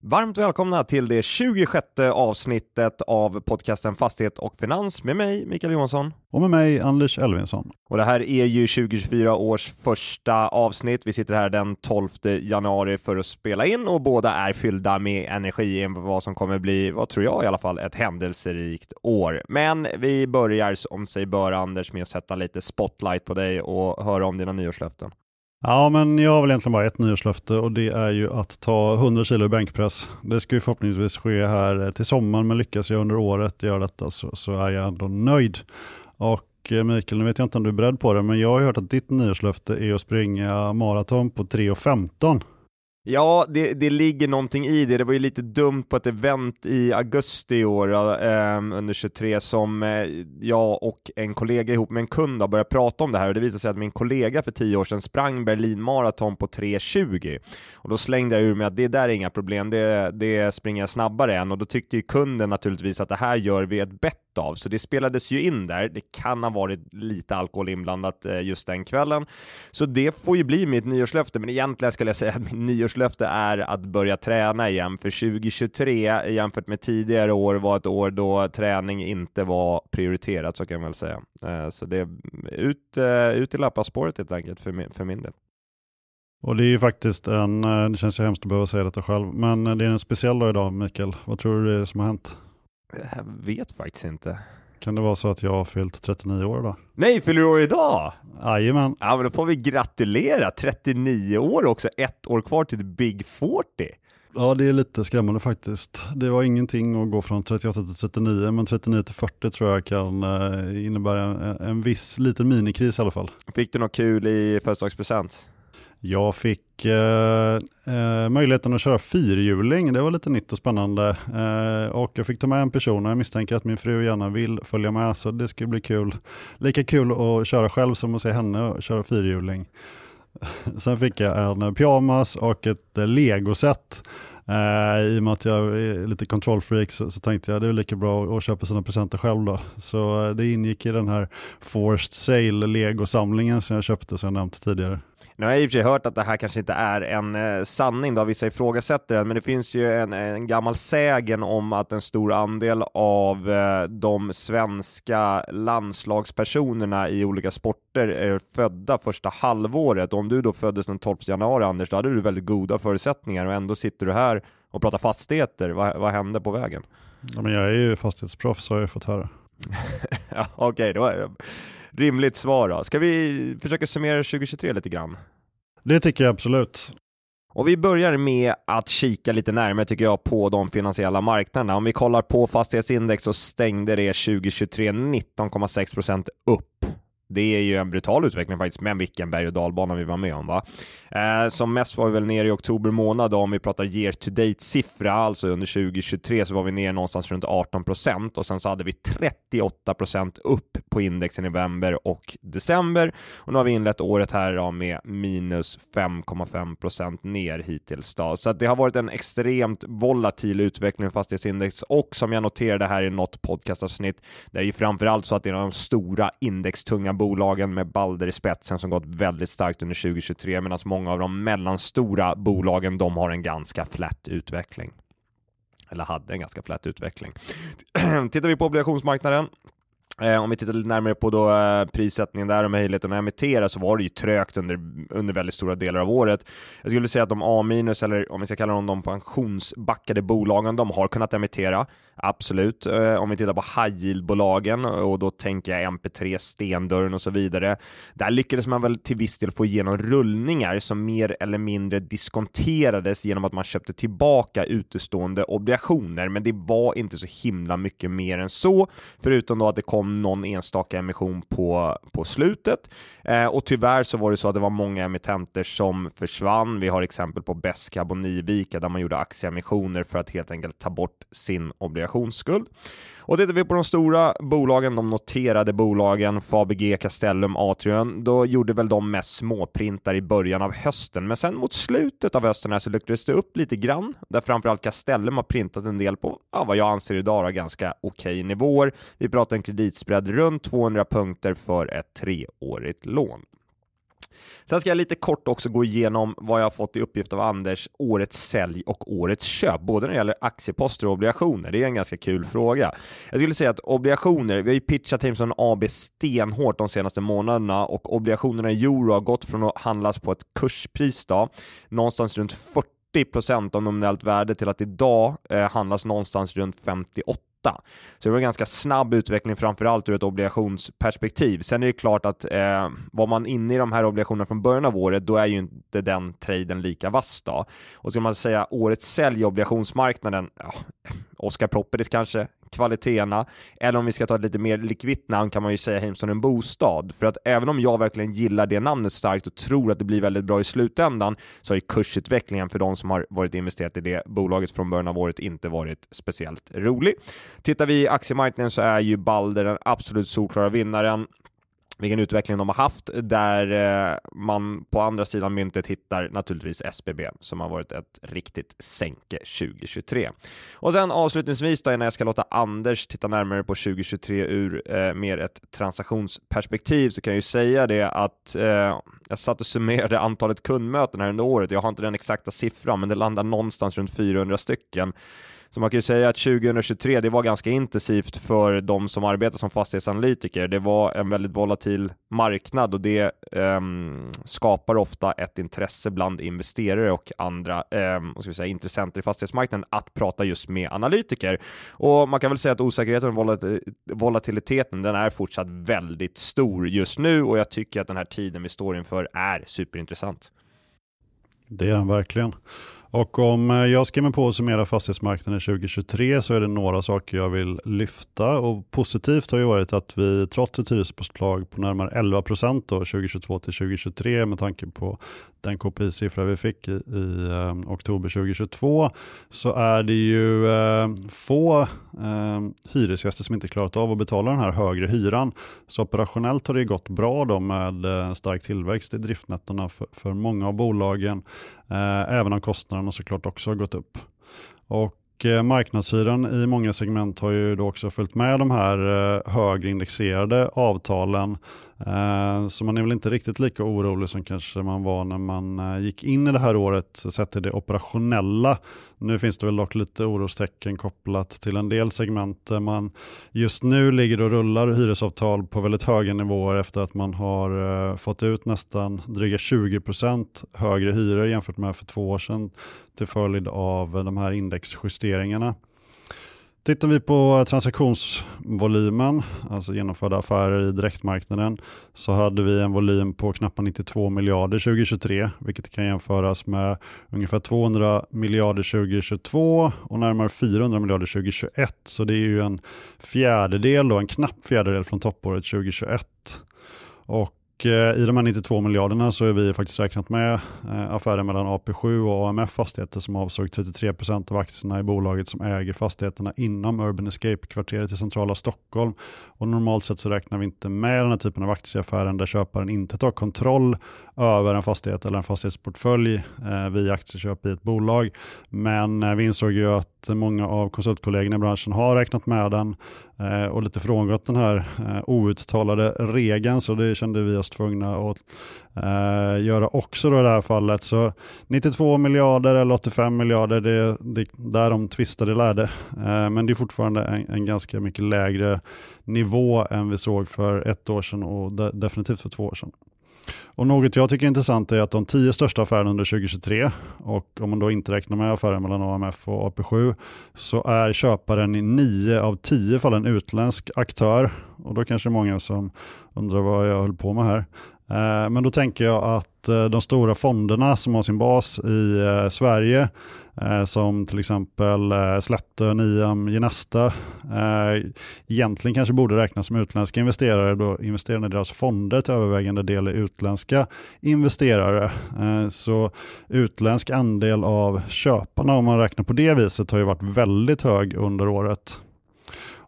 Varmt välkomna till det 26:e avsnittet av podcasten Fastighet och Finans med mig, Mikael Johansson. Och med mig, Anders Elvinsson. Och det här är ju 2024 års första avsnitt. Vi sitter här den 12 januari för att spela in och båda är fyllda med energi inför vad som kommer bli, vad tror jag i alla fall, ett händelserikt år. Men vi börjar som sig bör, Anders, med att sätta lite spotlight på dig och höra om dina nyårslöften. Ja, men jag har väl egentligen bara ett nyårslöfte och det är ju att ta 100 kilo i bänkpress. Det ska ju förhoppningsvis ske här till sommaren, men lyckas jag under året göra detta så är jag ändå nöjd. Och Mikael, nu vet jag inte om du är beredd på det, men jag har hört att ditt nyårslöfte är att springa maraton på 3:15. Ja, det ligger någonting i det. Det var ju lite dumt på ett event i augusti i år under 23 som jag och en kollega ihop med en kund har börjat prata om det här, och det visade sig att min kollega för 10 år sedan sprang Berlin-maraton på 3:20 och då slängde jag ur mig att det där är inga problem, det springer snabbare än, och då tyckte ju kunden naturligtvis att det här gör vi ett bett av, så det spelades ju in där. Det kan ha varit lite alkohol inblandat just den kvällen, så det får ju bli mitt nyårslöfte, men egentligen skulle jag säga att min nyårslöfte är att börja träna igen, för 2023 jämfört med tidigare år var ett år då träning inte var prioriterat, så kan man väl säga. Så det är ut i löparspåret helt enkelt för min del. Och det är ju faktiskt det känns ju hemskt att behöva säga detta själv, men det är en speciell dag idag, Mikael. Vad tror du det är som har hänt? Jag vet faktiskt inte. Kan det vara så att jag har fyllt 39 år idag? Nej, fyller du år idag? Jajamän. Ja, men då får vi gratulera. 39 år också, 1 år kvar till Big 40. Ja, det är lite skrämmande faktiskt. Det var ingenting att gå från 38 till 39, men 39 till 40 tror jag kan innebära en viss liten minikris i alla fall. Fick du något kul i födelsedagspresent? Jag fick möjligheten att köra fyrhjuling. Det var lite nytt och spännande. Och jag fick ta med en person och jag misstänker att min fru gärna vill följa med, så det ska bli kul. Lika kul att köra själv som att se henne köra fyrhjuling. Sen fick jag en pyjamas och ett Lego-set. I och med att jag är lite kontrollfreak så tänkte jag det är lika bra att köpa sina presenter själv då. Så det ingick i den här forced sale Lego-samlingen som jag köpte, som jag nämnt tidigare. Nu har jag i och för sig hört att det här kanske inte är en sanning då, vissa ifrågasätter den, men det finns ju en gammal sägen om att en stor andel av de svenska landslagspersonerna i olika sporter är födda första halvåret. Och om du då föddes den 12 januari, Anders, då hade du väldigt goda förutsättningar, och ändå sitter du här och pratar fastigheter. Vad hände på vägen? Ja, men jag är ju fastighetsproffs, har jag fått höra. Ja, okej, det var rimligt svar då. Ska vi försöka summera 2023 lite grann? Det tycker jag absolut. Och vi börjar med att kika lite närmare, tycker jag, på de finansiella marknaderna. Om vi kollar på fastighetsindex så stängde det 2023 19,6% upp. Det är ju en brutal utveckling faktiskt, men vilken berg- och dalbana vi var med om, va? Som mest var vi väl ner i oktober månad då, om vi pratar year to date siffra, alltså under 2023 så var vi ner någonstans runt 18%, och sen så hade vi 38% upp på indexen i november och december, och nu har vi inlett året här då med minus 5,5% ner hittills då. Så att det har varit en extremt volatil utveckling för fastighetsindex, och som jag noterade här i något podcastavsnitt, det är ju framförallt så att det är de stora indextunga bolagen med Balder i spetsen som gått väldigt starkt under 2023, medan många av de mellanstora bolagen, de har en ganska flat utveckling. Eller hade en ganska flat utveckling. Tittar vi på obligationsmarknaden, om vi tittar lite närmare på då prissättningen där och möjligheten att emittera, så var det ju trögt under väldigt stora delar av året. Jag skulle säga att de A-, eller om vi ska kalla dem de pensionsbackade bolagen, de har kunnat emittera. Absolut. Om vi tittar på high yield-bolagen, och då tänker jag MP3, Stendörren och så vidare. Där lyckades man väl till viss del få igenom rullningar som mer eller mindre diskonterades genom att man köpte tillbaka utestående obligationer. Men det var inte så himla mycket mer än så, förutom då att det kom någon enstaka emission på slutet. Och tyvärr så var det så att det var många emittenter som försvann. Vi har exempel på Beskab och Nivika där man gjorde aktieemissioner för att helt enkelt ta bort sin obligationsskuld. Och tittar vi på de stora bolagen, de noterade bolagen, Fabege, Castellum, Atrium, då gjorde väl de mest småprintar i början av hösten. Men sen mot slutet av hösten här så lyckades det upp lite grann, där framförallt Castellum har printat en del på, vad jag anser idag är ganska okej nivåer. Vi pratar en kreditspread runt 200 punkter för ett 3-årigt lån. Sen ska jag lite kort också gå igenom vad jag har fått i uppgift av Anders, årets sälj och årets köp, både när det gäller aktieposter och obligationer. Det är en ganska kul fråga. Jag skulle säga att obligationer, vi har ju pitchat Heimson AB stenhårt de senaste månaderna, och obligationerna i euro har gått från att handlas på ett kurspris då, någonstans runt 40% av nominellt värde, till att idag handlas någonstans runt 58%. Så det var en ganska snabb utveckling, framförallt ur ett obligationsperspektiv. Sen är det klart att var man inne i de här obligationerna från början av året, då är ju inte den traden lika vass då. Och ska man säga årets sälj i obligationsmarknaden, Oscar Properties kanske, kvaliteterna, eller om vi ska ta ett lite mer likvitt namn kan man ju säga Heimson en bostad. För att även om jag verkligen gillar det namnet starkt och tror att det blir väldigt bra i slutändan, så har ju kursutvecklingen för de som har varit investerat i det bolaget från början av året inte varit speciellt rolig. Tittar vi i aktiemarknaden så är ju Balder den absolut solklara vinnaren. Vilken utveckling de har haft, där man på andra sidan myntet hittar naturligtvis SBB som har varit ett riktigt sänke 2023. Och sen avslutningsvis då, när jag ska låta Anders titta närmare på 2023 ur mer ett transaktionsperspektiv, så kan jag ju säga det att jag satt och summerade antalet kundmöten här under året. Jag har inte den exakta siffran, men det landar någonstans runt 400 stycken. Så man kan ju säga att 2023 det var ganska intensivt för de som arbetar som fastighetsanalytiker. Det var en väldigt volatil marknad, och det skapar ofta ett intresse bland investerare och andra intressenter i fastighetsmarknaden att prata just med analytiker. Och man kan väl säga att osäkerheten och volatiliteten den är fortsatt väldigt stor just nu, och jag tycker att den här tiden vi står inför är superintressant. Det är den verkligen. Och om jag ska med på att summera fastighetsmarknaden 2023 så är det några saker jag vill lyfta. Och positivt har ju varit att vi trots ett hyrespåslag på närmare 11% då 2022 till 2023 med tanke på den KPI-siffra vi fick i oktober 2022, så är det ju få hyresgäster som inte klarat av att betala den här högre hyran. Så operationellt har det gått bra då med stark tillväxt i driftnettorna för många av bolagen, även om kostnaderna såklart också har gått upp. Och marknadshyran i många segment har ju då också följt med de här högre indexerade avtalen. Så man är väl inte riktigt lika orolig som kanske man var när man gick in i det här året sett till det operationella. Nu finns det väl dock lite orostecken kopplat till en del segment där man just nu ligger och rullar hyresavtal på väldigt höga nivåer efter att man har fått ut nästan dryga 20% högre hyror jämfört med för 2 år sedan till följd av de här indexjusteringarna. Tittar vi på transaktionsvolymen, alltså genomförda affärer i direktmarknaden, så hade vi en volym på knappt 92 miljarder 2023, vilket kan jämföras med ungefär 200 miljarder 2022 och närmare 400 miljarder 2021. Så det är ju en knapp fjärdedel från toppåret 2021. Och i de här 92 miljarderna så är vi faktiskt räknat med affärer mellan AP7 och AMF Fastigheter som avsåg 33% av aktierna i bolaget som äger fastigheterna inom Urban Escape-kvarteret i centrala Stockholm. Och normalt sett så räknar vi inte med den här typen av aktieaffären där köparen inte tar kontroll över en fastighet eller en fastighetsportfölj via aktieköp i ett bolag. Men vi insåg ju att många av konsultkollegorna i branschen har räknat med den och lite frångått den här outtalade regeln, så det kände vi oss tvungna att göra också då i det här fallet. Så 92 miljarder eller 85 miljarder, det är där de tvistade lärde. Men det är fortfarande en ganska mycket lägre nivå än vi såg för 1 år sedan och definitivt för 2 år sedan. Och något jag tycker är intressant är att de 10 största affärerna under 2023, och om man då inte räknar med affären mellan AMF och AP7, så är köparen i 9 av 10 fall en utländsk aktör. Och då kanske många som undrar vad jag höll på med här. Men då tänker jag att de stora fonderna som har sin bas i Sverige, som till exempel Slättö, Niam, Genesta, egentligen kanske borde räknas som utländska investerare, då investerarna i deras fonder till övervägande del är utländska investerare. Så utländsk andel av köparna, om man räknar på det viset, har ju varit väldigt hög under året. Och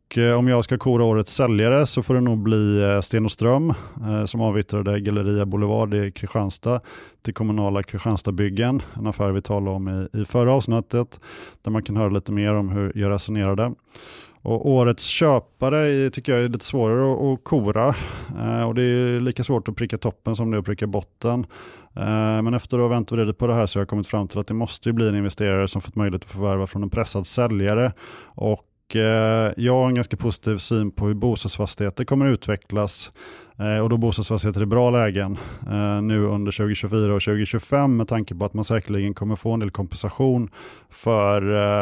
om jag ska kora årets säljare så får det nog bli Sten & Ström som avyttrade Galleria Boulevard i Kristianstad till kommunala Kristianstadbyggen. En affär vi talade om i förra avsnittet där man kan höra lite mer om hur jag resonerade. Och årets köpare tycker jag är lite svårare att kora och det är lika svårt att pricka toppen som det är att pricka botten. Men efter att ha vänt och vridit på det här så har jag kommit fram till att det måste bli en investerare som fått möjlighet att förvärva från en pressad säljare. Och jag har en ganska positiv syn på hur bostadsfastigheter kommer att utvecklas och då bostadsfastigheter i bra lägen nu under 2024 och 2025 med tanke på att man säkerligen kommer få en del kompensation för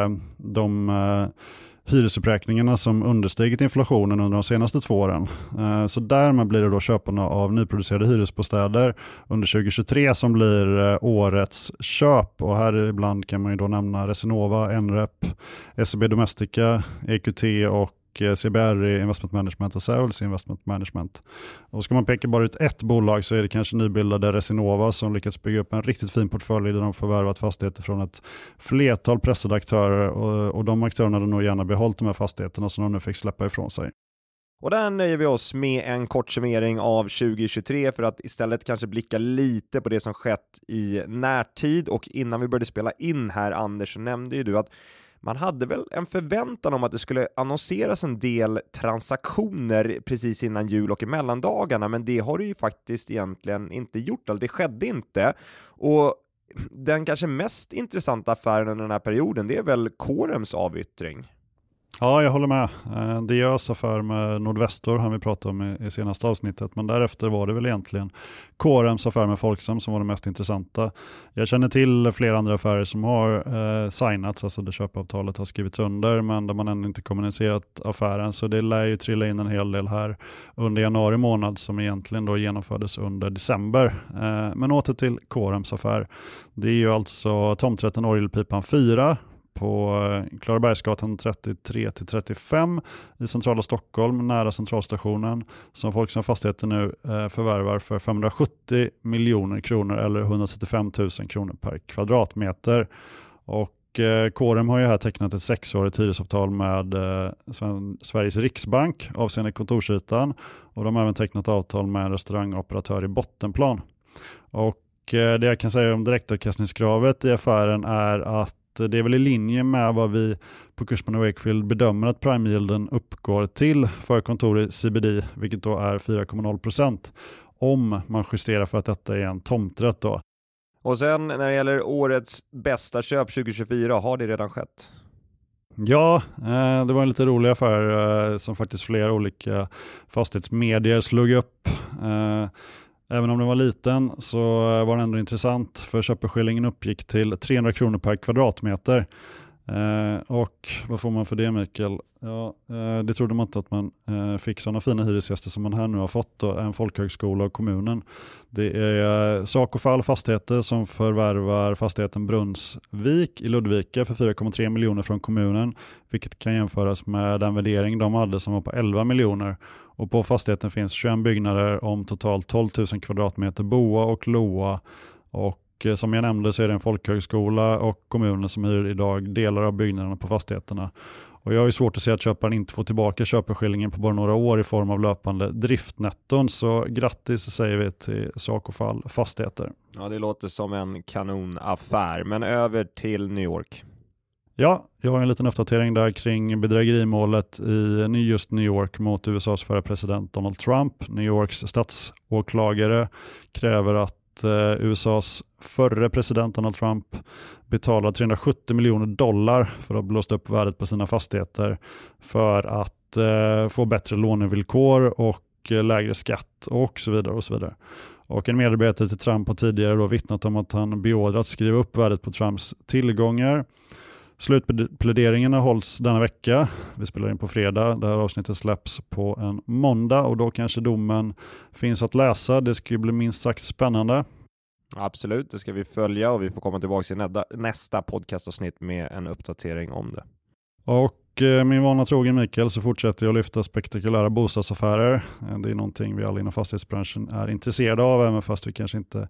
de hyresuppräkningarna som understigit inflationen under de senaste 2 åren. Så därmed blir det då köparna av nyproducerade hyresbostäder under 2023 som blir årets köp. Och här ibland kan man ju då nämna Resinova, NREP, SEB Domestica, EQT och CBR Investment Management och Sauls Investment Management. Och ska man peka bara ut ett bolag så är det kanske nybildade Resinova som lyckats bygga upp en riktigt fin portfölj där de förvärvat fastigheter från ett flertal pressade aktörer och de aktörerna hade nog gärna behållit de här fastigheterna som de nu fick släppa ifrån sig. Och där nöjer vi oss med en kort summering av 2023 för att istället kanske blicka lite på det som skett i närtid. Och innan vi började spela in här, Anders, så nämnde ju du att man hade väl en förväntan om att det skulle annonseras en del transaktioner precis innan jul och i mellandagarna, men det har det ju faktiskt egentligen inte gjort. Alltså det skedde inte. Och den kanske mest intressanta affären under den här perioden, det är väl Corems avyttring. Ja, jag håller med. Det görs affär med Nordvestor, han vi pratade om i senaste avsnittet, men därefter var det väl egentligen Corems affär med Folksam som var det mest intressanta. Jag känner till flera andra affärer som har signats, alltså det köpavtalet har skrivits under, men där man ännu inte kommunicerat affären, så det lär ju trilla in en hel del här under januari månad som egentligen då genomfördes under december. Men åter till Corems affär. Det är ju alltså tomträtten Orgelpipan 4 på Klarabergsgatan 33-35 i centrala Stockholm, nära centralstationen, som Folksam Fastigheter nu förvärvar för 570 miljoner kronor eller 135 000 kronor per kvadratmeter. Och Corem har ju här tecknat ett 6-årigt hyresavtal med Sveriges Riksbank avseende kontorsytan, och de har även tecknat avtal med en restaurangoperatör i Bottenplan. Och det jag kan säga om direktavkastningskravet i affären är att det är väl i linje med vad vi på Cushman & Wakefield bedömer att prime-yielden uppgår till för kontor i CBD, vilket då är 4,0% om man justerar för att detta är en tomträtt då. Och sen när det gäller årets bästa köp 2024, har det redan skett? Ja, det var en lite rolig affär som faktiskt flera olika fastighetsmedier slog upp. Även om den var liten så var den ändå intressant, för köpeskillingen uppgick till 300 kronor per kvadratmeter. Och vad får man för det, Mikael? Ja, det trodde man inte att man fick sådana fina hyresgäster som man här nu har fått då, en folkhögskola och kommunen. Det är Sak och Fall Fastigheter som förvärvar fastigheten Brunnsvik i Ludvika för 4,3 miljoner från kommunen, vilket kan jämföras med den värdering de hade som var på 11 miljoner. Och på fastigheten finns 21 byggnader om totalt 12 000 kvadratmeter boa och loa, och som jag nämnde så är det en folkhögskola och kommunen som hyr idag delar av byggnaderna på fastigheterna. Och jag har ju svårt att se att köparen inte får tillbaka köpeskillingen på bara några år i form av löpande driftnetton. Så grattis säger vi till Sak och Fall Fastigheter. Ja, det låter som en kanonaffär. Men över till New York. Ja, jag har en liten uppdatering där kring bedrägerimålet i just New York mot USAs förra president Donald Trump. New Yorks statsåklagare kräver att USAs förre president Donald Trump betalar 370 miljoner dollar för att ha blåst upp värdet på sina fastigheter för att få bättre lånevillkor och lägre skatt och så vidare och så vidare. Och en medarbetare till Trump har tidigare då vittnat om att han beordrat skriva upp värdet på Trumps tillgångar. Slutpläderingarna hålls denna vecka. Vi spelar in på fredag. Det här avsnittet släpps på en måndag och då kanske domen finns att läsa. Det ska ju bli minst sagt spännande. Absolut, det ska vi följa och vi får komma tillbaka i nästa podcastavsnitt med en uppdatering om det. Och min vana trogen, Mikael, så fortsätter jag att lyfta spektakulära bostadsaffärer. Det är någonting vi alla inom fastighetsbranschen är intresserade av, även fast vi kanske inte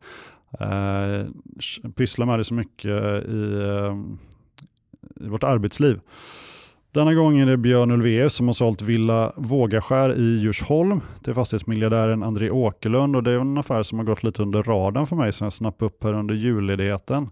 pysslar med det så mycket i vårt arbetsliv. Denna gång är det Björn Ulvaeus som har sålt Villa Vågaskär i Djursholm till fastighetsmiljardären André Åkerlund, och det är en affär som har gått lite under radarn för mig som jag snappade upp här under julledigheten.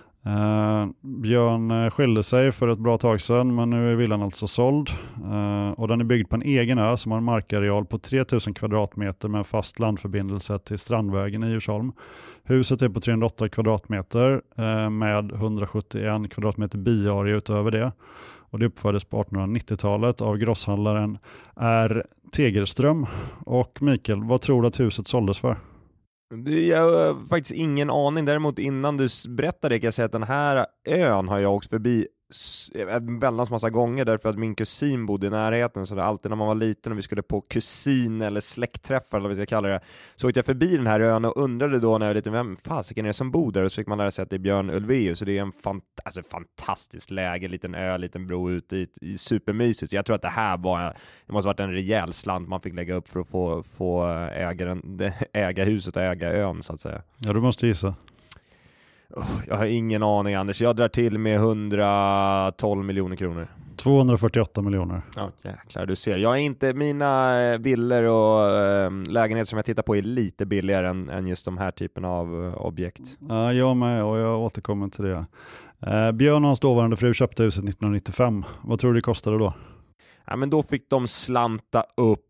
Björn skilde sig för ett bra tag sedan, men nu är villan alltså såld, och den är byggd på en egen ö som har en markareal på 3000 kvadratmeter med en fast landförbindelse till Strandvägen i Djursholm. Huset är på 308 kvadratmeter med 171 kvadratmeter biarea utöver det, och det uppfördes på 1890-talet av grosshandlaren R. Tegelström. Och Mikael, vad tror du att huset såldes för? Jag har faktiskt ingen aning. Däremot innan du berättar det kan jag säga att den här ön har jag åkt förbi en väldans massa gånger därför att min kusin bodde i närheten, så det alltid när man var liten och vi skulle på kusin eller släktträffar eller vad vi ska kalla det, så åkte jag förbi den här ön och undrade då när jag var liten, vem fasiken är det som bor där? Och så fick man lära sig att det är Björn Ulvaeus, så det är en fantastiskt läge, liten ö, liten bro ute i supermysigt. Så jag tror att det måste varit en rejäl slant man fick lägga upp för att få äga huset och äga ön så att säga. Ja, du måste gissa. Jag har ingen aning, Anders. Jag drar till med 112 miljoner kronor. 248 miljoner. Ja, jäklar, du ser. Jag är inte, mina villor och lägenheter som jag tittar på är lite billigare än just de här typen av objekt. Ja, jag med, och jag återkommer till det. Björn och hans dåvarande fru köpte huset 1995. Vad tror du det kostade då? Ja, men då fick de slanta upp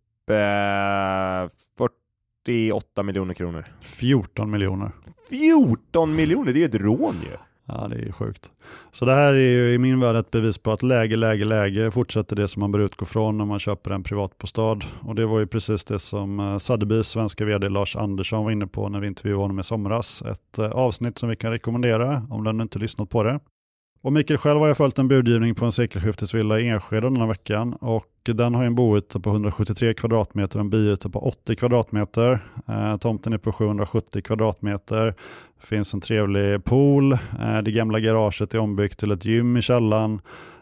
48 miljoner kronor. 14 miljoner. 14 miljoner, det är ett rån ju. Ja, det är sjukt. Så det här är ju i min värld ett bevis på att läge fortsätter det som man bör utgå från när man köper en privatbostad. Och det var ju precis det som Sotheby's svenska vd Lars Andersson var inne på när vi intervjuade honom i somras. Ett avsnitt som vi kan rekommendera om du inte lyssnat på det. Och Mikael, själv har jag följt en budgivning på en sekelskiftesvilla i Enskede den här veckan, och den har en boyta på 173 kvadratmeter och en biyta på 80 kvadratmeter. Tomten är på 770 kvadratmeter. Det finns en trevlig pool. Det gamla garaget är ombyggt till ett gym i källaren.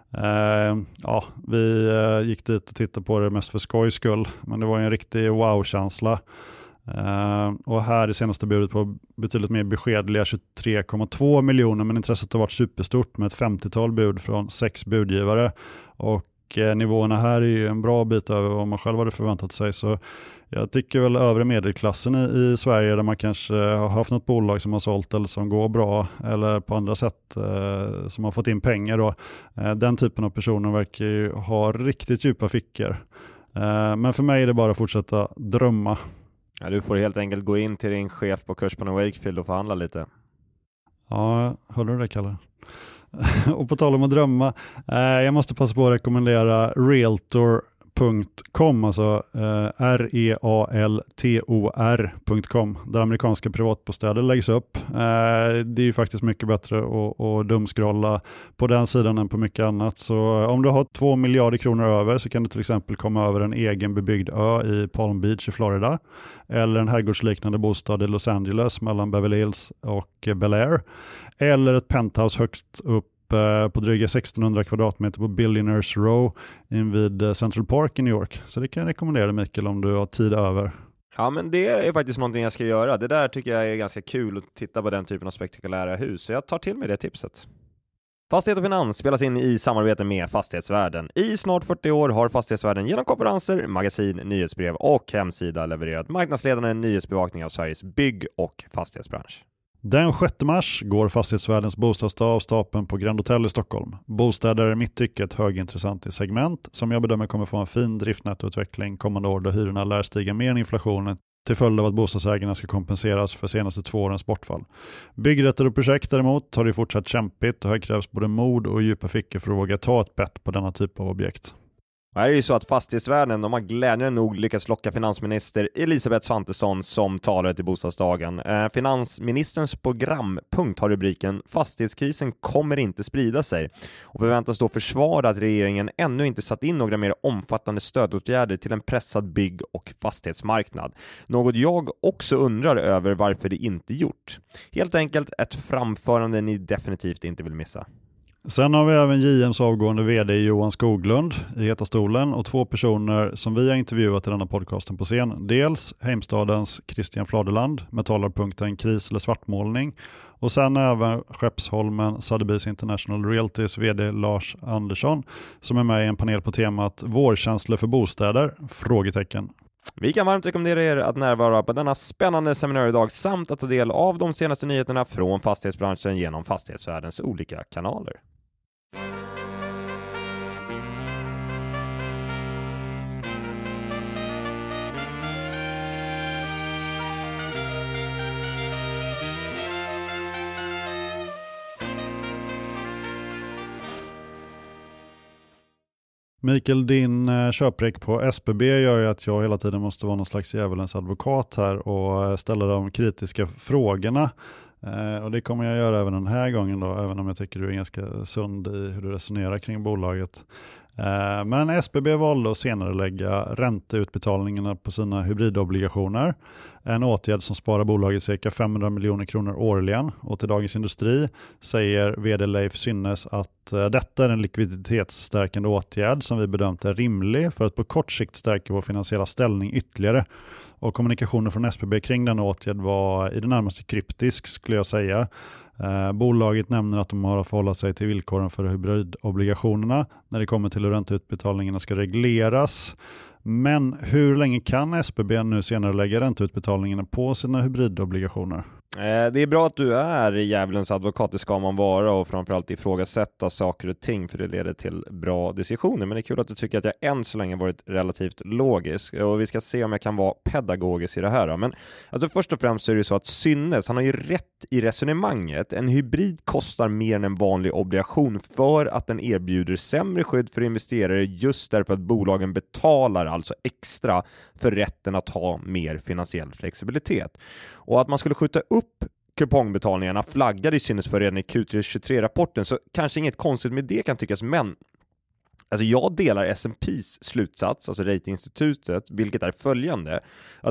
Vi gick dit och tittade på det mest för skojs skull, men det var en riktig wow-känsla. Och här är senaste budet på betydligt mer beskedliga 23,2 miljoner, men intresset har varit superstort med ett 50-tal bud från 6 budgivare, och nivåerna här är ju en bra bit över vad man själv hade förväntat sig. Så jag tycker väl övre medelklassen i Sverige, där man kanske har haft något bolag som har sålt eller som går bra eller på andra sätt som har fått in pengar då, den typen av personer verkar ju ha riktigt djupa fickor. Men för mig är det bara att fortsätta drömma. Ja, du får helt enkelt gå in till din chef på Cushman & Wakefield och förhandla lite. Ja, hörde du det, Kalle? Och på tal om att drömma, jag måste passa på att rekommendera Realtor.com, alltså realtor.com, där amerikanska privatbostäder läggs upp. Det är ju faktiskt mycket bättre att dumskrolla på den sidan än på mycket annat. Så om du har 2 miljarder kronor över så kan du till exempel komma över en egen bebyggd ö i Palm Beach i Florida, eller en herrgårdsliknande bostad i Los Angeles mellan Beverly Hills och Bel Air, eller ett penthouse högst upp på dryga 1600 kvadratmeter på Billionaires Row invid Central Park i New York. Så det kan jag rekommendera, Mikael, om du har tid över. Ja, men det är faktiskt någonting jag ska göra. Det där tycker jag är ganska kul, att titta på den typen av spektakulära hus. Så jag tar till mig det tipset. Fastighet och finans spelas in i samarbete med Fastighetsvärlden. I snart 40 år har Fastighetsvärlden genom konferenser, magasin, nyhetsbrev och hemsida levererat marknadsledande nyhetsbevakning av Sveriges bygg- och fastighetsbransch. Den 6 mars går Fastighetsvärldens bostadsdag av stapeln på Grand Hotel i Stockholm. Bostäder är mitt tycke ett högintressant segment som jag bedömer kommer få en fin driftnettoutveckling kommande år, då hyrorna lär stiga mer än inflationen till följd av att bostadsägarna ska kompenseras för senaste 2 årens bortfall. Byggrätter och projekt däremot har det fortsatt kämpigt, och här krävs både mod och djupa fickor för att våga ta ett bett på denna typ av objekt. Och här är det ju så att Fastighetsvärlden, de har glädjande nog lyckats locka finansminister Elisabeth Svantesson som talare till bostadsdagen. Finansministerns programpunkt har rubriken "Fastighetskrisen kommer inte sprida sig" och förväntas då försvara att regeringen ännu inte satt in några mer omfattande stödåtgärder till en pressad bygg- och fastighetsmarknad. Något jag också undrar över varför det inte gjort. Helt enkelt ett framförande ni definitivt inte vill missa. Sen har vi även JMs avgående vd Johan Skoglund i heta stolen, och 2 personer som vi har intervjuat i denna podcasten på scen. Dels Heimstadens Christian Fladeland med talarpunkten kris eller svartmålning, Och sen även Skeppsholmen Sotheby's International Realtys vd Lars Andersson som är med i en panel på temat vårkänslor för bostäder? Frågetecken. Vi kan varmt rekommendera er att närvara på denna spännande seminariedag samt att ta del av de senaste nyheterna från fastighetsbranschen genom fastighetsvärldens olika kanaler. Mikael, din köprek på SBB gör ju att jag hela tiden måste vara någon slags djävulens advokat här och ställa de kritiska frågorna. Och det kommer jag göra även den här gången då, även om jag tycker du är ganska sund i hur du resonerar kring bolaget. Men SBB valde att senare lägga ränteutbetalningarna på sina hybridobligationer. En åtgärd som sparar bolaget cirka 500 miljoner kronor årligen. Och till Dagens Industri säger vd Leif Synnes att detta är en likviditetsstärkande åtgärd som vi bedömt är rimlig för att på kort sikt stärka vår finansiella ställning ytterligare. Och kommunikationen från SBB kring denna åtgärd var i det närmaste kryptisk skulle jag säga. Bolaget nämner att de har att förhålla sig till villkoren för hybridobligationerna när det kommer till hur ränteutbetalningarna ska regleras. Men hur länge kan SBB nu senare lägga ränteutbetalningarna på sina hybridobligationer? Det är bra att du är djävulens advokat, det ska man vara, och framförallt ifrågasätta saker och ting för det leder till bra decisioner. Men det är kul att du tycker att jag än så länge varit relativt logisk och vi ska se om jag kan vara pedagogisk i det här. Men alltså först och främst så är det så att Synnes, han har ju rätt i resonemanget. En hybrid kostar mer än en vanlig obligation för att den erbjuder sämre skydd för investerare just därför att bolagen betalar alltså extra för rätten att ha mer finansiell flexibilitet. Och att man skulle skjuta upp kupongbetalningarna flaggade i Synnes för redan i Q3-23-rapporten, så kanske inget konstigt med det kan tyckas, men alltså jag delar S&P:s slutsats, alltså ratinginstitutet, vilket är följande. Att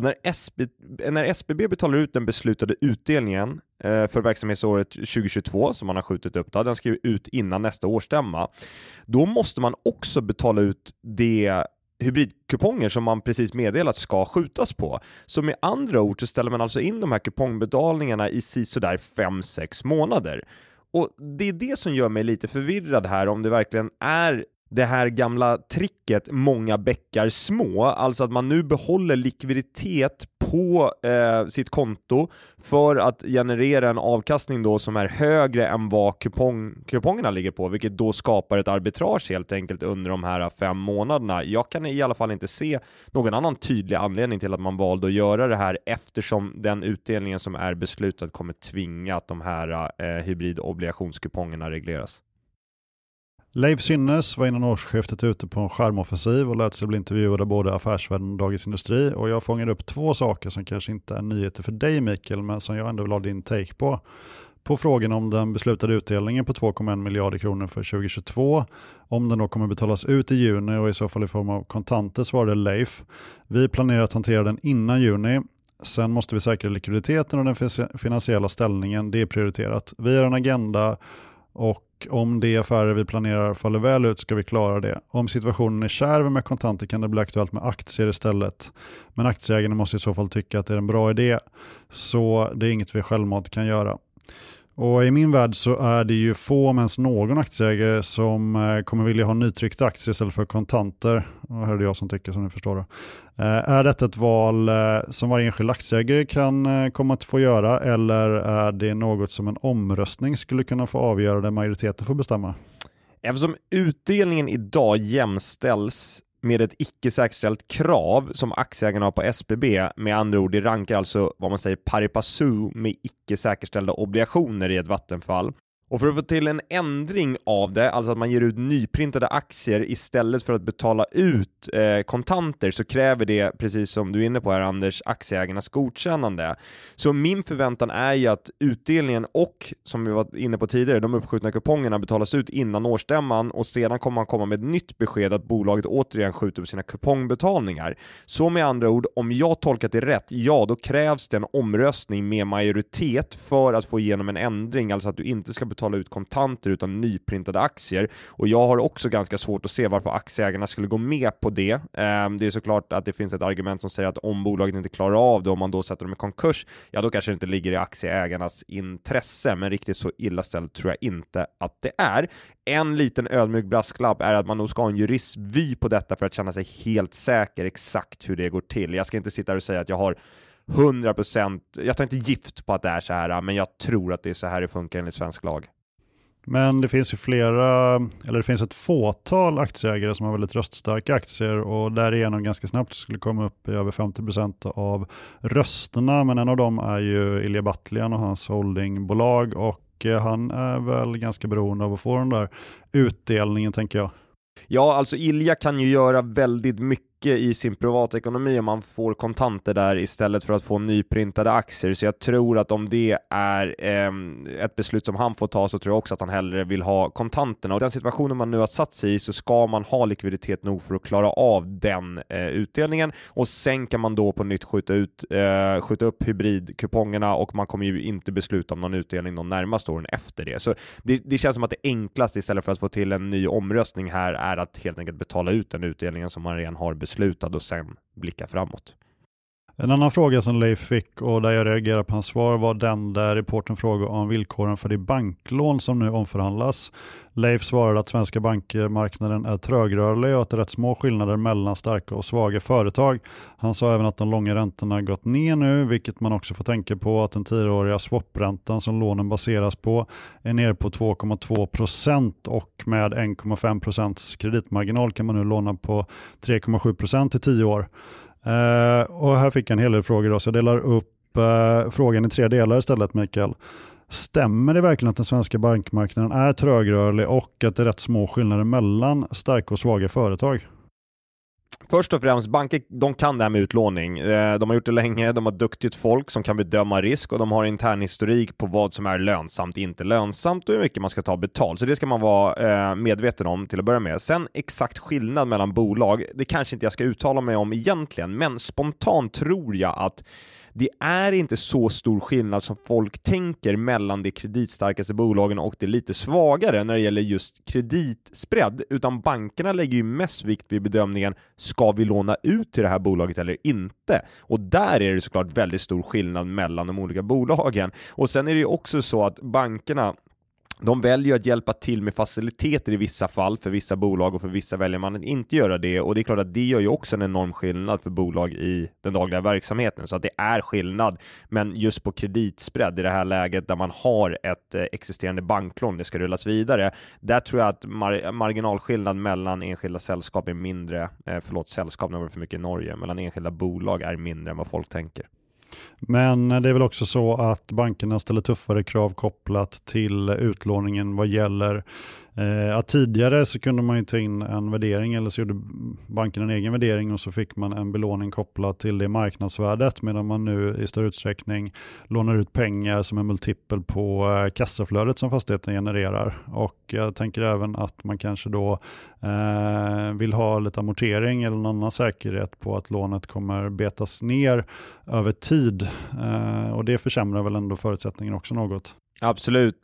när SBB betalar ut den beslutade utdelningen för verksamhetsåret 2022 som man har skjutit upp, den ska ju ut innan nästa årsstämma, då måste man också betala ut det hybridkuponger som man precis meddelat ska skjutas på. Så med andra ord så ställer man alltså in de här kupongbetalningarna i sådär 5-6 månader. Och det är det som gör mig lite förvirrad här, om det verkligen är det här gamla tricket många bäckar små, alltså att man nu behåller likviditet på sitt konto för att generera en avkastning då som är högre än vad kupongerna ligger på, vilket då skapar ett arbitrage helt enkelt under de här 5 månaderna. Jag kan i alla fall inte se någon annan tydlig anledning till att man valde att göra det här, eftersom den utdelningen som är beslutad kommer tvinga att de här hybridobligationskupongerna regleras. Leif Synnes var innan årsskiftet ute på en skärmoffensiv och lät sig bli intervjuad av både Affärsvärlden och Dagens Industri, och jag fångade upp 2 saker som kanske inte är nyheter för dig Mikael, men som jag ändå vill ha din take på. På frågan om den beslutade utdelningen på 2,1 miljarder kronor för 2022, om den då kommer betalas ut i juni och i så fall i form av kontanter, svarade Leif: vi planerar att hantera den innan juni. Sen måste vi säkra likviditeten och den finansiella ställningen, det är prioriterat. Vi har en agenda och om de affärer vi planerar faller väl ut ska vi klara det. Om situationen är kärv med kontanter kan det bli aktuellt med aktier istället. Men aktieägarna måste i så fall tycka att det är en bra idé. Så det är inget vi självmant kan göra. Och i min värld så är det ju få, om ens någon aktieägare som kommer vilja ha nytryckta aktier istället för kontanter. Och här är det jag som tycker, som ni förstår. Är detta ett val som varje enskild aktieägare kan komma att få göra, eller är det något som en omröstning skulle kunna få avgöra där majoriteten får bestämma? Eftersom utdelningen idag jämställs med ett icke-säkerställt krav som aktieägarna har på SBB, med andra ord, det rankar alltså vad man säger pari passu med icke-säkerställda obligationer i ett vattenfall. Och för att få till en ändring av det, alltså att man ger ut nyprintade aktier istället för att betala ut kontanter, så kräver det, precis som du är inne på här Anders, aktieägarnas godkännande. Så min förväntan är ju att utdelningen och, som vi var inne på tidigare, de uppskjutna kupongerna betalas ut innan årsstämman, och sedan kommer man komma med ett nytt besked att bolaget återigen skjuter upp sina kupongbetalningar. Så med andra ord, om jag tolkat det rätt, ja, då krävs det en omröstning med majoritet för att få igenom en ändring, alltså att du inte ska betala betala ut kontanter utan nyprintade aktier. Och jag har också ganska svårt att se varför aktieägarna skulle gå med på det. Det är såklart att det finns ett argument som säger att om bolaget inte klarar av det, om man då sätter dem i konkurs, ja då kanske det inte ligger i aktieägarnas intresse, men riktigt så illa ställt tror jag inte att det är. En liten ödmjuk brasklapp är att man nog ska ha en juristvy på detta för att känna sig helt säker exakt hur det går till. Jag ska inte sitta och säga att jag har 100%, jag tar inte gift på att det är så här, men jag tror att det är så här det funkar enligt svensk lag. Men det finns ju det finns ett fåtal aktieägare som har väldigt röststarka aktier och därigenom ganska snabbt skulle komma upp i över 50% av rösterna. Men en av dem är ju Ilija Batljan och hans holdingbolag, och han är väl ganska beroende av att få den där utdelningen, tänker jag. Ja, alltså Ilja kan ju göra väldigt mycket i sin privatekonomi om man får kontanter där istället för att få nyprintade aktier. Så jag tror att om det är ett beslut som han får ta, så tror jag också att han hellre vill ha kontanterna. Och den situationen man nu har satt sig i, så ska man ha likviditet nog för att klara av den utdelningen. Och sen kan man då på nytt skjuta upp hybridkupongerna, och man kommer ju inte besluta om någon utdelning de närmaste åren efter det. Så det känns som att det enklaste istället för att få till en ny omröstning här är att helt enkelt betala ut den utdelningen som man redan har beslutad och sen blicka framåt. En annan fråga som Leif fick, och där jag reagerar på hans svar, var den där reporten frågade om villkoren för det banklån som nu omförhandlas. Leif svarade att svenska bankmarknaden är trögrörlig och att det är rätt små skillnader mellan starka och svaga företag. Han sa även att de långa räntorna gått ner nu, vilket man också får tänka på att den 10-åriga swapräntan som lånen baseras på är nere på 2,2%, och med 1,5% kreditmarginal kan man nu låna på 3,7% i 10 år. Och här fick jag en hel del frågor då, så jag delar upp frågan i 3 delar istället, Mikael. Stämmer det verkligen att den svenska bankmarknaden är trögrörlig och att det är rätt små skillnader mellan starka och svaga företag? Först och främst, banker, de kan det här med utlåning. De har gjort det länge, de har duktigt folk som kan bedöma risk, och de har intern historik på vad som är lönsamt, inte lönsamt, och hur mycket man ska ta betalt. Så det ska man vara medveten om till att börja med. Sen exakt skillnad mellan bolag, det kanske inte jag ska uttala mig om egentligen, men spontant tror jag att det är inte så stor skillnad som folk tänker mellan de kreditstarkaste bolagen och det lite svagare när det gäller just kreditspread, utan bankerna lägger ju mest vikt vid bedömningen, ska vi låna ut till det här bolaget eller inte? Och där är det såklart väldigt stor skillnad mellan de olika bolagen. Och sen är det ju också så att bankerna, de väljer att hjälpa till med faciliteter i vissa fall för vissa bolag, och för vissa väljer man att inte göra det. Och det är klart att det gör ju också en enorm skillnad för bolag i den dagliga verksamheten. Så att det är skillnad. Men just på kreditspread i det här läget där man har ett existerande banklån, det ska rullas vidare. Där tror jag att marginalskillnad mellan enskilda sällskap är mindre, sällskap när det var för mycket i Norge, mellan enskilda bolag är mindre än vad folk tänker. Men det är väl också så att bankerna ställer tuffare krav kopplat till utlåningen vad gäller att tidigare så kunde man ju ta in en värdering, eller så gjorde banken en egen värdering och så fick man en belåning kopplad till det marknadsvärdet, medan man nu i större utsträckning lånar ut pengar som en multipel på kassaflödet som fastigheten genererar. Och jag tänker även att man kanske då vill ha lite amortering eller någon annan säkerhet på att lånet kommer betas ner över tid, och det försämrar väl ändå förutsättningen också något. Absolut.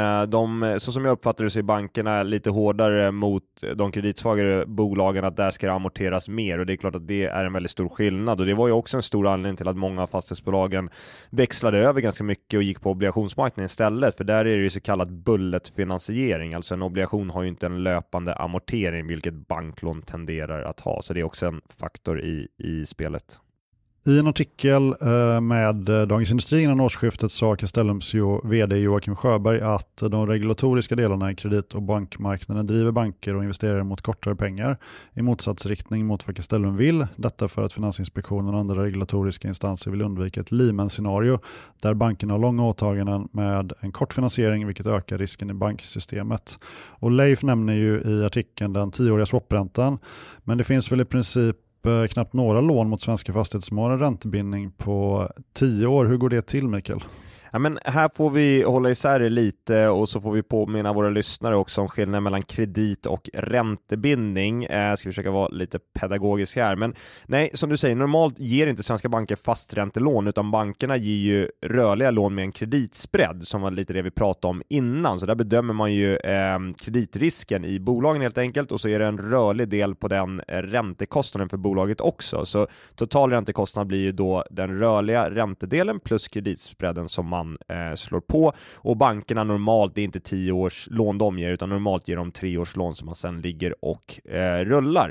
Så som jag uppfattar det så är bankerna lite hårdare mot de kreditsvagare bolagen, att där ska det amorteras mer, och det är klart att det är en väldigt stor skillnad, och det var ju också en stor anledning till att många av fastighetsbolagen växlade över ganska mycket och gick på obligationsmarknaden istället, för där är det ju så kallad bulletfinansiering, alltså en obligation har ju inte en löpande amortering, vilket banklån tenderar att ha, så det är också en faktor i spelet. I en artikel med Dagens Industri innan årsskiftet sa Castellums vd Joakim Sjöberg att de regulatoriska delarna i kredit- och bankmarknaden driver banker och investerare mot kortare pengar i motsatsriktning mot vad Castellum vill. Detta för att Finansinspektionen och andra regulatoriska instanser vill undvika ett Lehman-scenario där bankerna har långa åtaganden med en kort finansiering, vilket ökar risken i banksystemet. Och Leif nämner ju i artikeln den 10-åriga swapräntan, men det finns väl i princip knappt några lån mot svenska fastigheter som har en räntebindning på 10 år. Hur går det till, Mikael? Ja, men här får vi hålla isär det lite och så får vi påminna våra lyssnare också om skillnaden mellan kredit och räntebindning. Ska vi försöka vara lite pedagogisk här. Men nej, som du säger, normalt ger inte svenska banker fasträntelån, utan bankerna ger ju rörliga lån med en kreditspread, som var lite det vi pratade om innan. Så där bedömer man ju kreditrisken i bolagen helt enkelt, och så är det en rörlig del på den räntekostnaden för bolaget också. Så total räntekostnad blir ju då den rörliga räntedelen plus kreditspreaden som man slår på, och bankerna normalt, det är inte 10 års lån de ger, utan normalt ger de 3 års lån som man sedan ligger och rullar.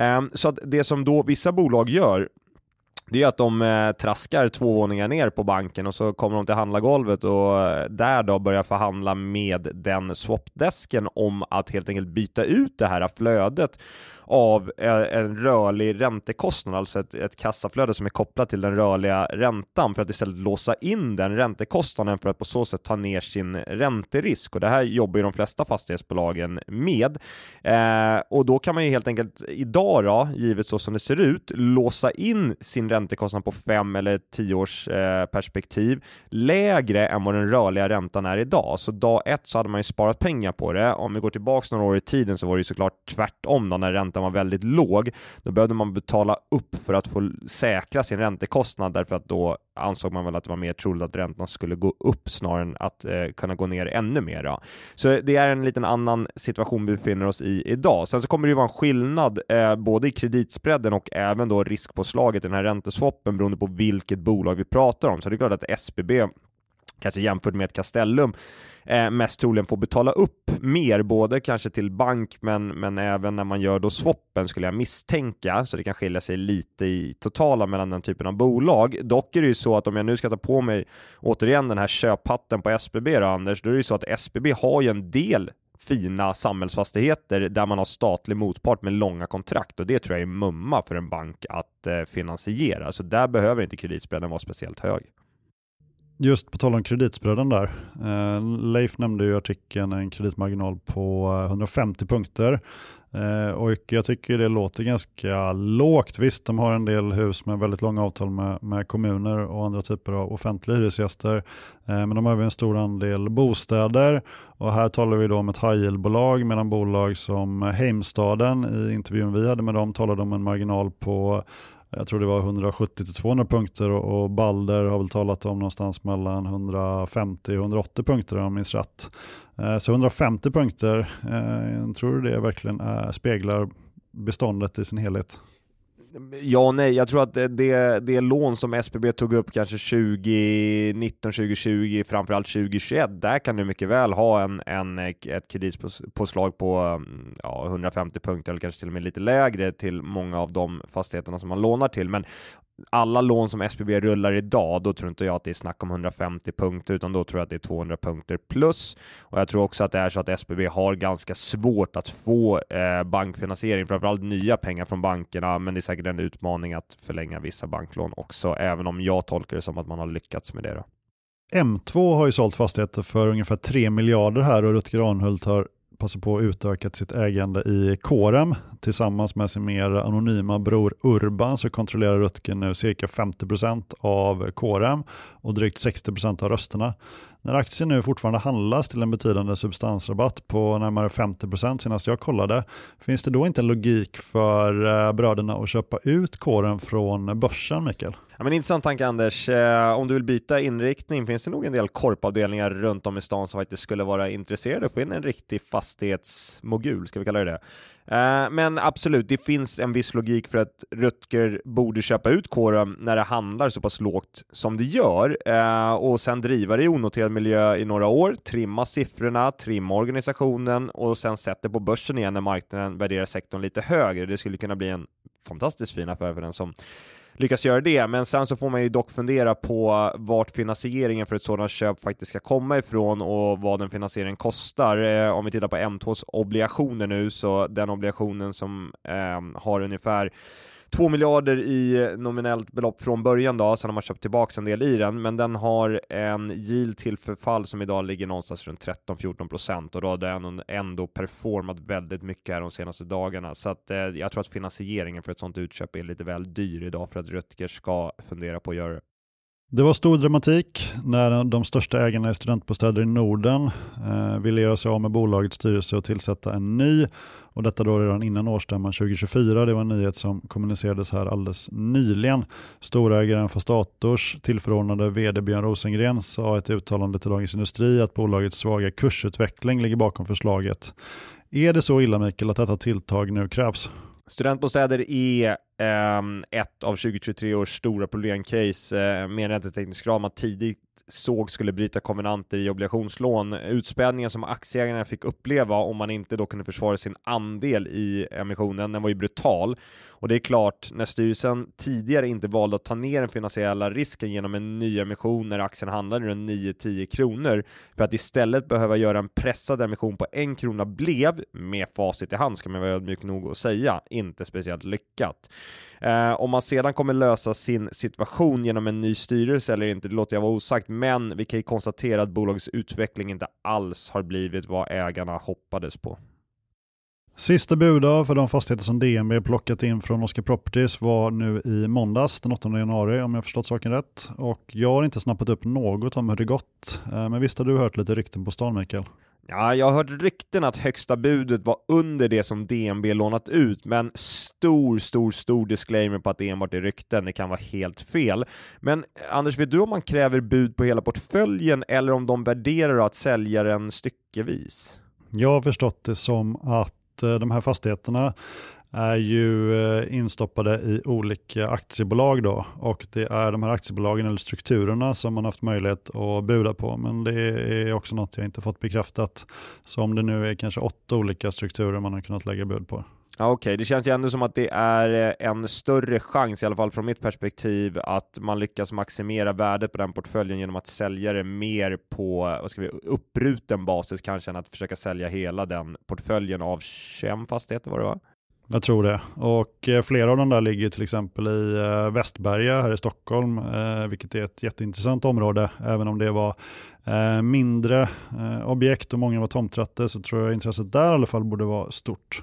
Så att det som då vissa bolag gör, det är att de traskar 2 våningar ner på banken och så kommer de till handlargolvet och där då börjar förhandla med den swapdesken om att helt enkelt byta ut det här flödet av en rörlig räntekostnad, alltså ett kassaflöde som är kopplat till den rörliga räntan, för att istället låsa in den räntekostnaden för att på så sätt ta ner sin ränterisk. Och det här jobbar ju de flesta fastighetsbolagen med. Och då kan man ju helt enkelt idag då, givet så som det ser ut, låsa in sin räntekostnad på 5 eller 10 års perspektiv lägre än vad den rörliga räntan är idag. Så dag 1 så hade man ju sparat pengar på det. Om vi går tillbaka några år i tiden så var det ju såklart tvärtom då, när räntan var väldigt låg. Då behövde man betala upp för att få säkra sin räntekostnad, därför att då ansåg man väl att det var mer troligt att räntan skulle gå upp snarare än att kunna gå ner ännu mer. Då. Så det är en liten annan situation vi befinner oss i idag. Sen så kommer det ju vara en skillnad både i kreditspreaden och även då riskpåslaget i den här ränteswappen beroende på vilket bolag vi pratar om. Så det är klart att SBB kanske jämfört med ett Castellum mest troligen får betala upp mer, både kanske till bank men även när man gör då swappen, skulle jag misstänka, så det kan skilja sig lite i totala mellan den typen av bolag. Dock är det ju så att om jag nu ska ta på mig återigen den här köphatten på SBB då, Anders, då är det ju så att SBB har ju en del fina samhällsfastigheter där man har statlig motpart med långa kontrakt, och det tror jag är mumma för en bank att finansiera, så där behöver inte kreditspreaden vara speciellt hög. Just på tal om kreditspreaden där. Leif nämnde ju i artikeln en kreditmarginal på 150 punkter. Och jag tycker det låter ganska lågt. Visst, de har en del hus med väldigt långa avtal med kommuner och andra typer av offentliga hyresgäster. Men de har även en stor andel bostäder. Och här talar vi då om ett high-yield-bolag, medan bolag som Heimstaden, i intervjun vi hade med dem, talade om en marginal på, jag tror det var 170-200 punkter, och Balder har väl talat om någonstans mellan 150 och 180 punkter om jag minns rätt. Så 150 punkter, tror du det verkligen speglar beståndet i sin helhet? Ja, nej, jag tror att det lån som SBB tog upp kanske 2019, 2020, framförallt 2021, där kan du mycket väl ha ett kreditpåslag på 150 punkter eller kanske till och med lite lägre till många av de fastigheterna som man lånar till. Men alla lån som SBB rullar idag, då tror inte jag att det är snack om 150 punkter, utan då tror jag att det är 200 punkter plus. Och jag tror också att det är så att SBB har ganska svårt att få bankfinansiering, framförallt nya pengar från bankerna, men det är säkert en utmaning att förlänga vissa banklån också, även om jag tolkar det som att man har lyckats med det då. M2 har ju sålt fastigheter för ungefär 3 miljarder här, och Rutger Arnhult har passar på att utöka sitt ägande i Corem. Tillsammans med sin mer anonyma bror Urban så kontrollerar Rutger nu cirka 50% av Corem och drygt 60% av rösterna. När aktien nu fortfarande handlas till en betydande substansrabatt på närmare 50% senast jag kollade, finns det då inte en logik för bröderna att köpa ut Corem från börsen, Mikael? Ja, men intressant tanke, Anders. Om du vill byta inriktning finns det nog en del korpavdelningar runt om i stan som faktiskt skulle vara intresserade att få in en riktig fastighetsmogul, ska vi kalla det. Men absolut, det finns en viss logik för att Rutger borde köpa ut Corem när det handlar så pass lågt som det gör, och sen driva det i onoterad miljö i några år, trimma siffrorna, trimma organisationen och sen sätta på börsen igen när marknaden värderar sektorn lite högre. Det skulle kunna bli en fantastiskt fin affär för den som lyckas göra det, men sen så får man ju dock fundera på vart finansieringen för ett sådant köp faktiskt ska komma ifrån och vad den finansieringen kostar. Om vi tittar på M2s obligationer nu, så den obligationen som har ungefär 2 miljarder i nominellt belopp från början då, sen har man köpt tillbaka en del i den, men den har en yield till förfall som idag ligger någonstans runt 13-14%, och då har den ändå performat väldigt mycket här de senaste dagarna, så att jag tror att finansieringen för ett sånt utköp är lite väl dyr idag för att Rutger ska fundera på att göra det. Det var stor dramatik när de största ägarna i studentbostäder i Norden ville göra sig av med bolagets styrelse och tillsätta en ny. Och detta då redan innan årsstämman 2024. Det var en nyhet som kommunicerades här alldeles nyligen. Storägaren Fastators tillförordnade vd Björn Rosengren sa i ett uttalande till Dagens Industri att bolagets svaga kursutveckling ligger bakom förslaget. Är det så illa, Mikael, att detta tilltag nu krävs? Studentbostäder är ett av 2023 års stora problemcase med en ränteteknisk grad man tidigt såg skulle bryta konvenanter i obligationslån. Utspädningen som aktieägarna fick uppleva om man inte då kunde försvara sin andel i emissionen, den var ju brutal. Och det är klart, när styrelsen tidigare inte valde att ta ner den finansiella risken genom en ny emission när aktien handlade runt 9-10 kronor för att istället behöva göra en pressad emission på 1 krona blev, med facit i hand ska man vara ödmjuk nog att säga, inte speciellt lyckat. Om man sedan kommer lösa sin situation genom en ny styrelse eller inte, det låter jag vara osagt, men vi kan ju konstatera att bolagets utveckling inte alls har blivit vad ägarna hoppades på. Sista buddag för de fastigheter som DNB plockat in från Oscar Properties var nu i måndags den 8 januari om jag förstått saken rätt. Och jag har inte snappat upp något om hur det gått. Men visst har du hört lite rykten på stan, Mikael? Ja, jag har hört rykten att högsta budet var under det som DNB lånat ut, men stor disclaimer på att det enbart är rykten, det kan vara helt fel. Men Anders, vet du om man kräver bud på hela portföljen eller om de värderar att sälja den styckevis? Jag har förstått det som att de här fastigheterna är ju instoppade i olika aktiebolag då, och det är de här aktiebolagen eller strukturerna som man haft möjlighet att buda på, men det är också något jag inte fått bekräftat, så om det nu är kanske 8 olika strukturer man har kunnat lägga bud på. Ja, okej. Det känns ju ändå som att det är en större chans, i alla fall från mitt perspektiv, att man lyckas maximera värdet på den portföljen genom att sälja det mer på uppbruten basis kanske än att försöka sälja hela den portföljen av 21 fastigheter, var det va? Jag tror det. Och flera av dem där ligger till exempel i Västberga här i Stockholm, vilket är ett jätteintressant område. Även om det var mindre objekt och många var tomträtter, så tror jag intresset där i alla fall borde vara stort.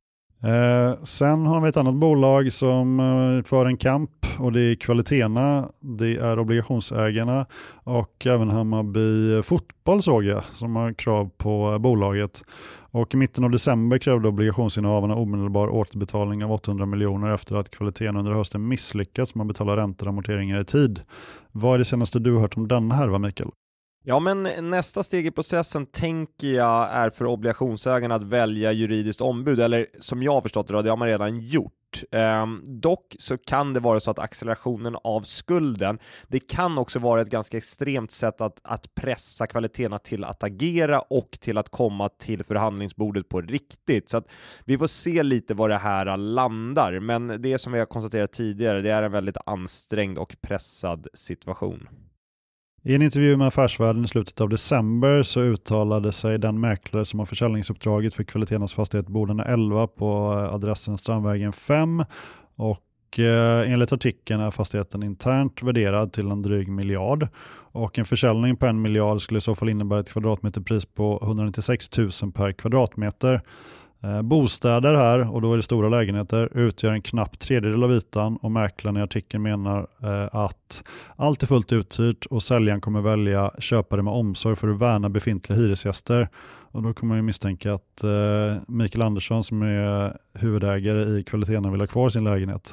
Sen har vi ett annat bolag som för en kamp, och det är Kvalitena, det är obligationsägarna och även Hammarby Fotboll såg jag som har krav på bolaget. Och i mitten av december krävde obligationsinnehavarna omedelbar återbetalning av 800 miljoner efter att Kvalitena under hösten misslyckats med att betala räntor och amorteringar i tid. Vad är det senaste du har hört om denna här, Mikael? Ja, men nästa steg i processen tänker jag är för obligationsägarna att välja juridiskt ombud, eller som jag har förstått det har man redan gjort. Dock så kan det vara så att accelerationen av skulden, det kan också vara ett ganska extremt sätt att pressa Kvalitena till att agera och till att komma till förhandlingsbordet på riktigt. Så att vi får se lite vad det här landar, men det som vi har konstaterat tidigare, det är en väldigt ansträngd och pressad situation. I en intervju med Affärsvärlden i slutet av december så uttalade sig den mäklare som har försäljningsuppdraget för Kvalitenas fastighet Bodena 11 på adressen Strandvägen 5, och enligt artikeln är fastigheten internt värderad till en dryg miljard, och en försäljning på 1 miljard skulle i så fall innebära ett kvadratmeterpris på 196 000 per kvadratmeter. Bostäder här, och då är det stora lägenheter, utgör en knapp tredjedel av ytan, och mäklaren i artikeln menar att allt är fullt uthyrt och säljaren kommer välja köpare med omsorg för att värna befintliga hyresgäster. Och då kommer man ju misstänka att Mikael Andersson som är huvudägare i Kvalitena vill ha kvar sin lägenhet.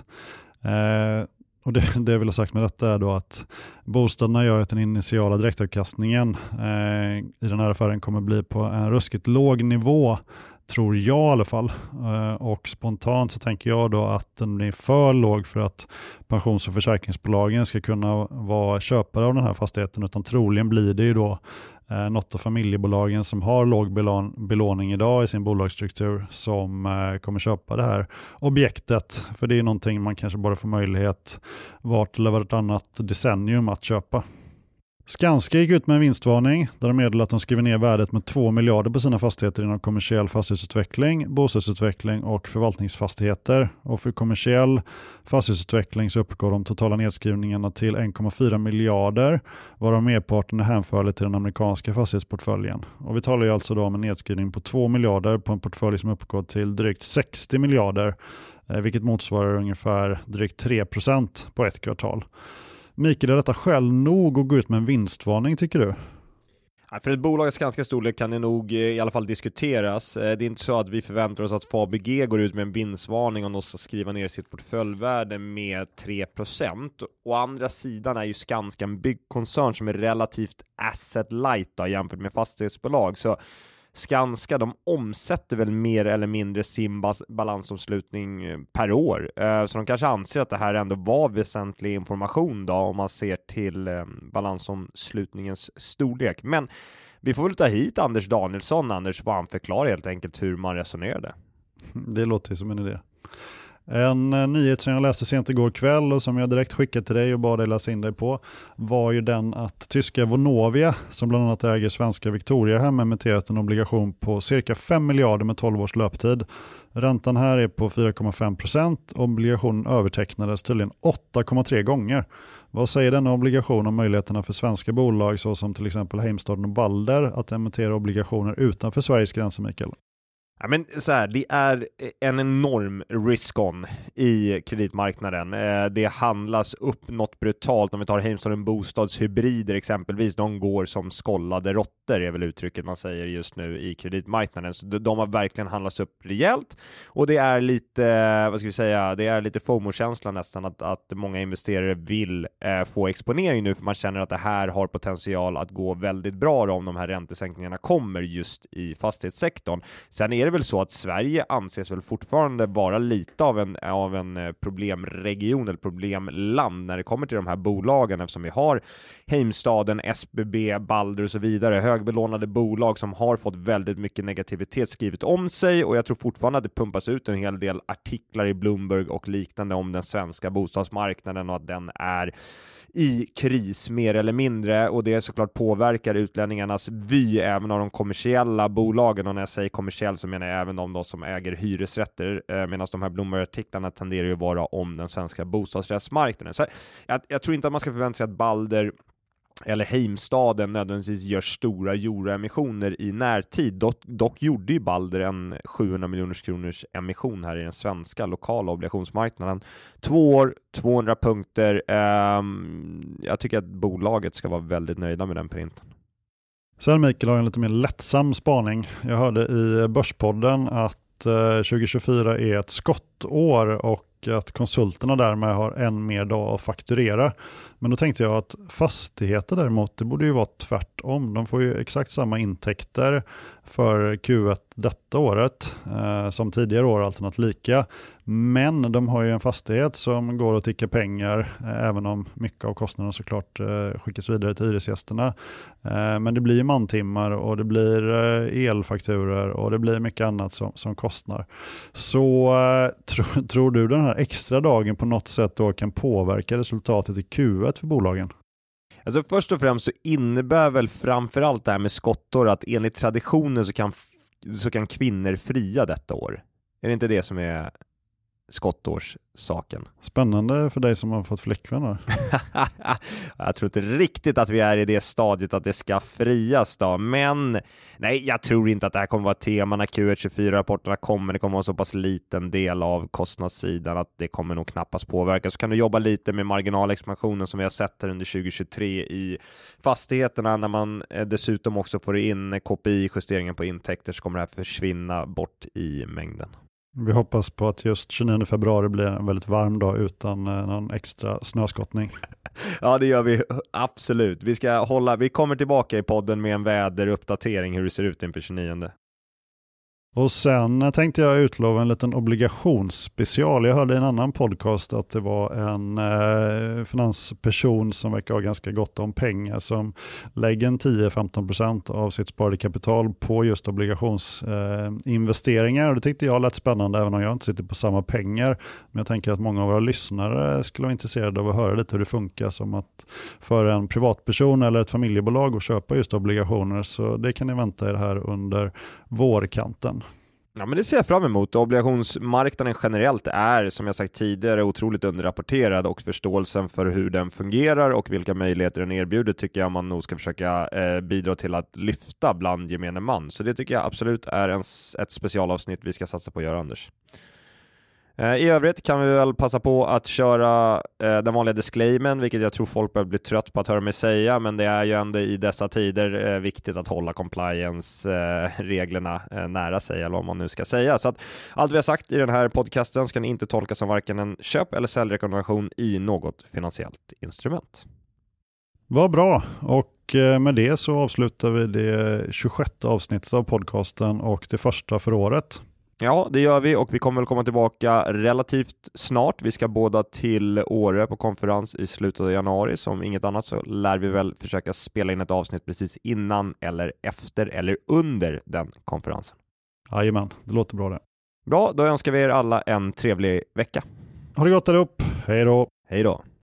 Och det jag vill ha sagt med detta är då att bostäderna gör att den initiala direktavkastningen i den här affären kommer bli på en ruskigt låg nivå, tror jag i alla fall. Och spontant så tänker jag då att den blir för låg för att pensions- och försäkringsbolagen ska kunna vara köpare av den här fastigheten, utan troligen blir det ju då något av familjebolagen som har låg belåning idag i sin bolagsstruktur som kommer köpa det här objektet, för det är någonting man kanske bara får möjlighet vart eller vartannat decennium att köpa. Skanska gick ut med en vinstvarning där de meddelade att de skriver ner värdet med 2 miljarder på sina fastigheter inom kommersiell fastighetsutveckling, bostadsutveckling och förvaltningsfastigheter. Och för kommersiell fastighetsutveckling så uppgår de totala nedskrivningarna till 1,4 miljarder, varav merparten är hänförlig till den amerikanska fastighetsportföljen. Och vi talar ju alltså då om en nedskrivning på 2 miljarder på en portfölj som uppgår till drygt 60 miljarder, vilket motsvarar ungefär drygt 3% på ett kvartal. Mikael, är detta skäl nog att gå ut med en vinstvarning tycker du? För ett bolags ganska storlek kan det nog i alla fall diskuteras. Det är inte så att vi förväntar oss att Fabege går ut med en vinstvarning om de ska skriva ner sitt portföljvärde med 3%. Å andra sidan är ju Skanska en byggkoncern som är relativt asset light då, jämfört med fastighetsbolag. Så Skanska, de omsätter väl mer eller mindre sin balansomslutning per år. Så de kanske anser att det här ändå var väsentlig information då, om man ser till balansomslutningens storlek. Men vi får väl ta hit Anders Danielsson. Anders, får han förklara helt enkelt hur man resonerade. Det låter som en idé. En nyhet som jag läste sent igår kväll och som jag direkt skickade till dig och bad dig läsa in dig på var ju den att tyska Vonovia, som bland annat äger svenska Victoriahem, emitterat en obligation på cirka 5 miljarder med 12 års löptid. Räntan här är på 4,5%. Obligationen övertecknades tydligen 8,3 gånger. Vad säger denna obligation om möjligheterna för svenska bolag såsom till exempel Heimstaden och Balder att emittera obligationer utanför Sveriges gränser, Mikael? Ja, men så här, det är en enorm risk-on i kreditmarknaden. Det handlas upp något brutalt. Om vi tar Heimstaden bostadshybrider exempelvis, de går som skållade råttor är väl uttrycket man säger just nu i kreditmarknaden. Så de har verkligen handlats upp rejält, och det är lite, vad ska vi säga, det är lite FOMO-känsla nästan att många investerare vill få exponering nu, för man känner att det här har potential att gå väldigt bra om de här räntesänkningarna kommer just i fastighetssektorn. Sen är det väl så att Sverige anses väl fortfarande vara lite av en problemregion eller problemland när det kommer till de här bolagen, eftersom vi har Heimstaden, SBB, Balder och så vidare, högbelånade bolag som har fått väldigt mycket negativitet skrivet om sig, och jag tror fortfarande att det pumpas ut en hel del artiklar i Bloomberg och liknande om den svenska bostadsmarknaden och att den är i kris mer eller mindre, och det såklart påverkar utlänningarnas vy även av de kommersiella bolagen, och när jag säger kommersiell så menar jag även de som äger hyresrätter, medan de här Bloomberg-artiklarna tenderar ju vara om den svenska bostadsrättsmarknaden. Så jag tror inte att man ska förvänta sig att Balder eller Heimstaden nödvändigtvis gör stora euroemissioner i närtid. Dock gjorde ju Balder en 700 miljoners kronors emission här i den svenska lokala obligationsmarknaden. 2 år, 200 punkter. Jag tycker att bolaget ska vara väldigt nöjda med den printen. Sen Mikael har en lite mer lättsam spaning. Jag hörde i Börspodden att 2024 är ett skottår och att konsulterna därmed har en mer dag att fakturera. Men då tänkte jag att fastigheter däremot, det borde ju vara tvärtom. De får ju exakt samma intäkter för Q1 detta året som tidigare år, alternat lika. Men de har ju en fastighet som går att ticka pengar, även om mycket av kostnaderna såklart skickas vidare till hyresgästerna. Men det blir mantimmar och det blir elfakturer och det blir mycket annat som kostnar. Så tror du den här extra dagen på något sätt då kan påverka resultatet i Q1 för bolagen? Alltså först och främst så innebär väl framförallt det här med skottår att enligt traditionen så kan kvinnor fria detta år. Är det inte det som är skottårssaken? Spännande för dig som har fått flickvänner. Jag tror inte riktigt att vi är i det stadiet att det ska frias då. Men nej, jag tror inte att det här kommer vara tema när Q1-24-rapporterna kommer. Det kommer vara en så pass liten del av kostnadssidan att det kommer nog knappast påverka. Så kan du jobba lite med marginalexpansionen som vi har sett här under 2023 i fastigheterna. När man dessutom också får in KPI-justeringen på intäkter så kommer det här försvinna bort i mängden. Vi hoppas på att just 29 februari blir en väldigt varm dag utan någon extra snöskottning. Ja, det gör vi absolut. Vi kommer tillbaka i podden med en väderuppdatering hur det ser ut inför 29. Och sen tänkte jag utlova en liten obligationsspecial. Jag hörde i en annan podcast att det var en finansperson som verkar ha ganska gott om pengar som lägger 10-15% av sitt sparade kapital på just obligationsinvesteringar. Det tyckte jag lät spännande även om jag inte sitter på samma pengar. Men jag tänker att många av våra lyssnare skulle vara intresserade av att höra lite hur det funkar som att för en privatperson eller ett familjebolag att köpa just obligationer. Så det kan ni vänta er här under vårkanten. Ja, men det ser jag fram emot. Obligationsmarknaden generellt är, som jag sagt tidigare, otroligt underrapporterad, och förståelsen för hur den fungerar och vilka möjligheter den erbjuder tycker jag man nog ska försöka bidra till att lyfta bland gemene man. Så det tycker jag absolut är ett specialavsnitt vi ska satsa på att göra, Anders. I övrigt kan vi väl passa på att köra den vanliga disclaimen, vilket jag tror folk börjar bli trött på att höra mig säga, men det är ju ändå i dessa tider viktigt att hålla compliance-reglerna nära sig, eller vad man nu ska säga. Så att allt vi har sagt i den här podcasten ska ni inte tolka som varken en köp- eller säljrekommendation i något finansiellt instrument. Vad bra, och med det så avslutar vi det 26 avsnittet av podcasten och det första för året. Ja, det gör vi, och vi kommer väl komma tillbaka relativt snart. Vi ska båda till Åre på konferens i slutet av januari. Som inget annat så lär vi väl försöka spela in ett avsnitt precis innan eller efter eller under den konferensen. Jajamän, det låter bra det. Bra, då önskar vi er alla en trevlig vecka. Ha det gott där upp, hej då! Hej då!